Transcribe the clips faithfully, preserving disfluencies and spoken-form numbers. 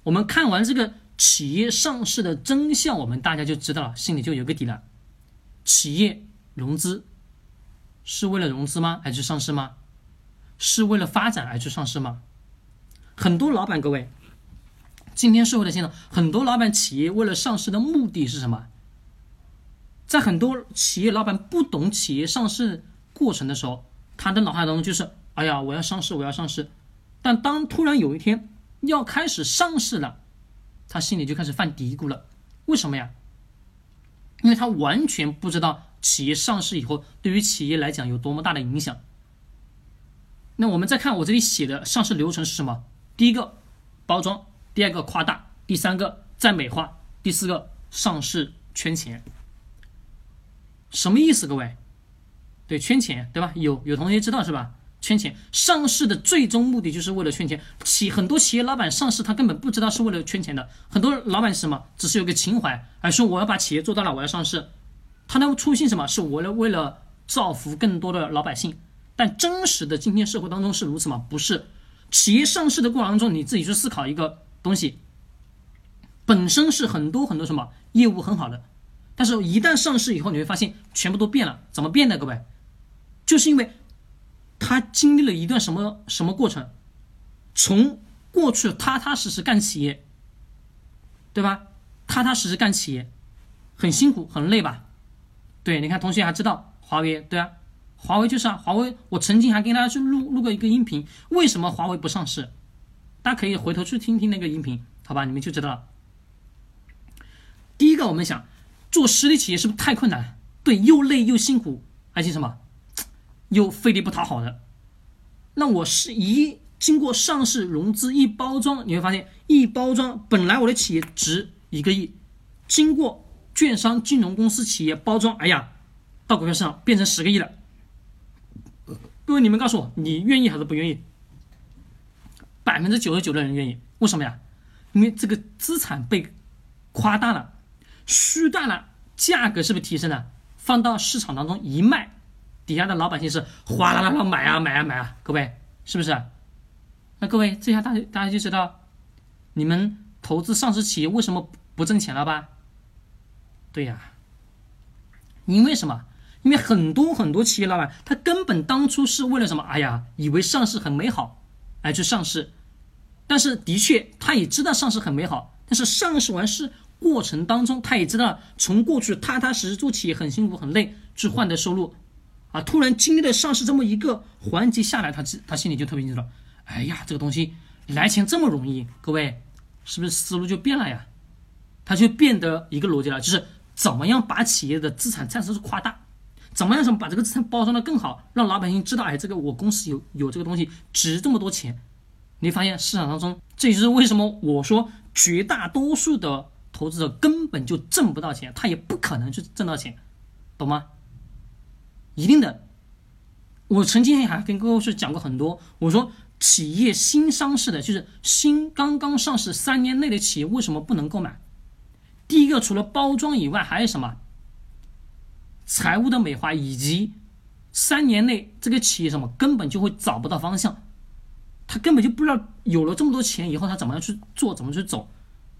我们看完这个企业上市的真相，我们大家就知道了，心里就有个底了。企业融资是为了融资吗？而去上市吗？是为了发展而去上市吗？很多老板，各位，今天社会的现状，很多老板企业为了上市的目的是什么？在很多企业老板不懂企业上市过程的时候，他的脑海当中就是哎呀，我要上市，我要上市。但当突然有一天要开始上市了，他心里就开始犯嘀咕了。为什么呀？因为他完全不知道企业上市以后对于企业来讲有多么大的影响。那我们再看我这里写的上市流程是什么？第一个包装，第二个夸大，第三个再美化，第四个上市圈钱。什么意思？各位，对，圈钱，对吧？有有同学知道是吧？圈钱，上市的最终目的就是为了圈钱。企很多企业老板上市，他根本不知道是为了圈钱的。很多老板是什么？只是有个情怀，而说我要把企业做大了，我要上市。他的初心什么？是为了为了造福更多的老百姓。但真实的今天社会当中是如此吗？不是。企业上市的过程当中，你自己去思考一个东西，本身是很多很多什么业务很好的，但是一旦上市以后，你会发现全部都变了。怎么变的？各位，就是因为他经历了一段什么什么过程，从过去踏踏实实干企业，对吧？踏踏实实干企业，很辛苦很累吧？对，你看同学还知道华为，对啊，华为就是啊，华为我曾经还跟大家去录录过一个音频，为什么华为不上市？大家可以回头去听听那个音频，好吧？你们就知道了。第一个，我们想做实体企业是不是太困难？对，又累又辛苦，而且什么又费力不讨好的。那我是一经过上市融资一包装，你会发现一包装本来我的企业值一个亿，经过券商金融公司企业包装，哎呀，到股票市场变成十个亿了。各位，你们告诉我，你愿意还是不愿意？百分之九十九的人愿意，为什么呀？因为这个资产被夸大了、虚大了，价格是不是提升了？放到市场当中一卖，底下的老百姓是哗啦啦啦买啊买啊买啊，各位是不是？那各位，这下大家大家就知道，你们投资上市企业为什么不挣钱了吧？对呀，因为什么？因为很多很多企业老板，他根本当初是为了什么？哎呀，以为上市很美好，而去上市。但是的确，他也知道上市很美好，但是上市完事过程当中，他也知道从过去踏踏实实做企业很辛苦很累去换得收入，啊，突然经历了上市这么一个环节下来，他他心里就特别清楚了。哎呀，这个东西来钱这么容易，各位是不是思路就变了呀？他就变得一个逻辑了，就是怎么样把企业的资产暂时夸大。怎么样什么把这个资产包装的更好，让老百姓知道，哎，这个我公司有有这个东西值这么多钱。你会发现市场当中，这也就是为什么我说绝大多数的投资者根本就挣不到钱，他也不可能去挣到钱，懂吗？一定的。我曾经还跟各位是讲过很多，我说企业新上市的，就是新刚刚上市三年内的企业为什么不能购买？第一个，除了包装以外，还有什么？财务的美化，以及三年内这个企业什么根本就会找不到方向，他根本就不知道有了这么多钱以后他怎么样去做，怎么去走。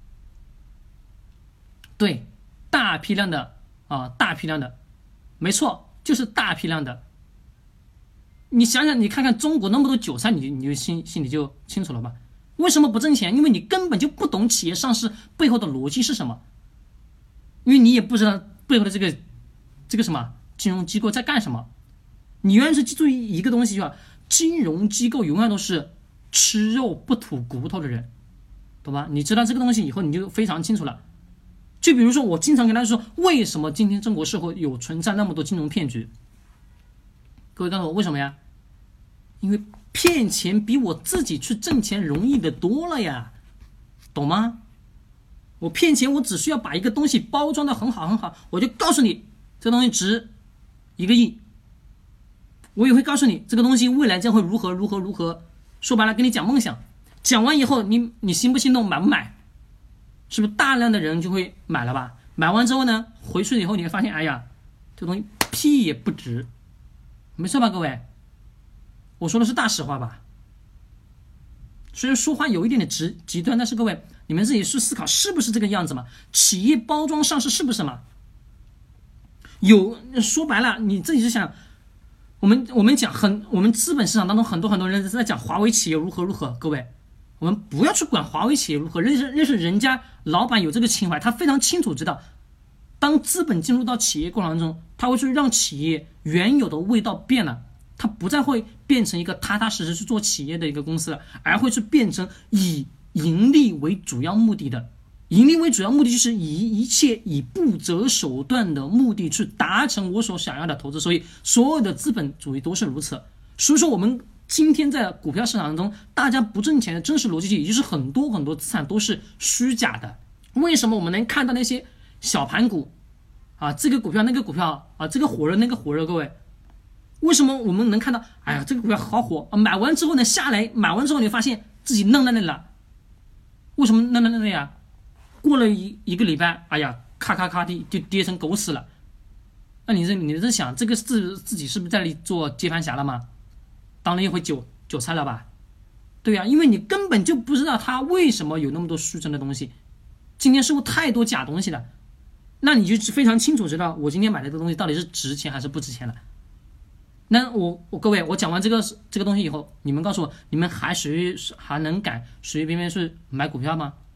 对，大批量的啊，大批量的，没错，就是大批量的。你想想，你看看中国那么多韭菜，你你就心心里就清楚了吧？为什么不挣钱？因为你根本就不懂企业上市背后的逻辑是什么，因为你也不知道背后的这个。这个什么金融机构在干什么？你永远是记住一个东西，就金融机构永远都是吃肉不吐骨头的人，懂吧？你知道这个东西以后，你就非常清楚了。就比如说，我经常跟大家说，为什么今天中国社会有存在那么多金融骗局？各位告诉我为什么呀？因为骗钱比我自己去挣钱容易的多了呀，懂吗？我骗钱，我只需要把一个东西包装的很好很好，我就告诉你。这东西值一个亿，我也会告诉你这个东西未来将会如何如何如何。说白了，跟你讲梦想，讲完以后，你你心不心动，买不买？是不是大量的人就会买了吧？买完之后呢，回去以后你会发现，哎呀，这东西屁也不值，没错吧，各位？我说的是大实话吧？ 虽然说话有一点点极极端，但是各位你们自己去思考，是不是这个样子嘛？企业包装上市是不是嘛？有说白了，你自己是想，我们我们讲很，我们资本市场当中很多很多人在讲华为企业如何如何，各位，我们不要去管华为企业如何，认识认识人家老板有这个情怀，他非常清楚知道，当资本进入到企业过程中，他会去让企业原有的味道变了。它不再会变成一个踏踏实实去做企业的一个公司了，而会去变成以盈利为主要目的的。盈利为主要目的就是以一切以不择手段的目的去达成我所想要的投资收益。所有的资本主义都是如此。所以说我们今天在股票市场中，大家不挣钱的真实逻辑，也就是很多很多资产都是虚假的。为什么我们能看到那些小盘股啊，这个股票那个股票啊，这个火热那个火热，各位？为什么我们能看到？哎呀，这个股票好火！买完之后呢，下来买完之后，你发现自己愣愣愣了。为什么愣愣愣呀？过了一一个礼拜，哎呀，咔咔咔地就跌成狗屎了。那你这你在想，这个自自己是不是在做接盘侠了吗？当了一回韭韭菜了吧？对呀、啊，因为你根本就不知道它为什么有那么多虚真的东西。今天是不是太多假东西了？那你就非常清楚知道，我今天买的这个东西到底是值钱还是不值钱了。那我我各位，我讲完这个这个东西以后，你们告诉我，你们还随还能敢随随便便去买股票吗？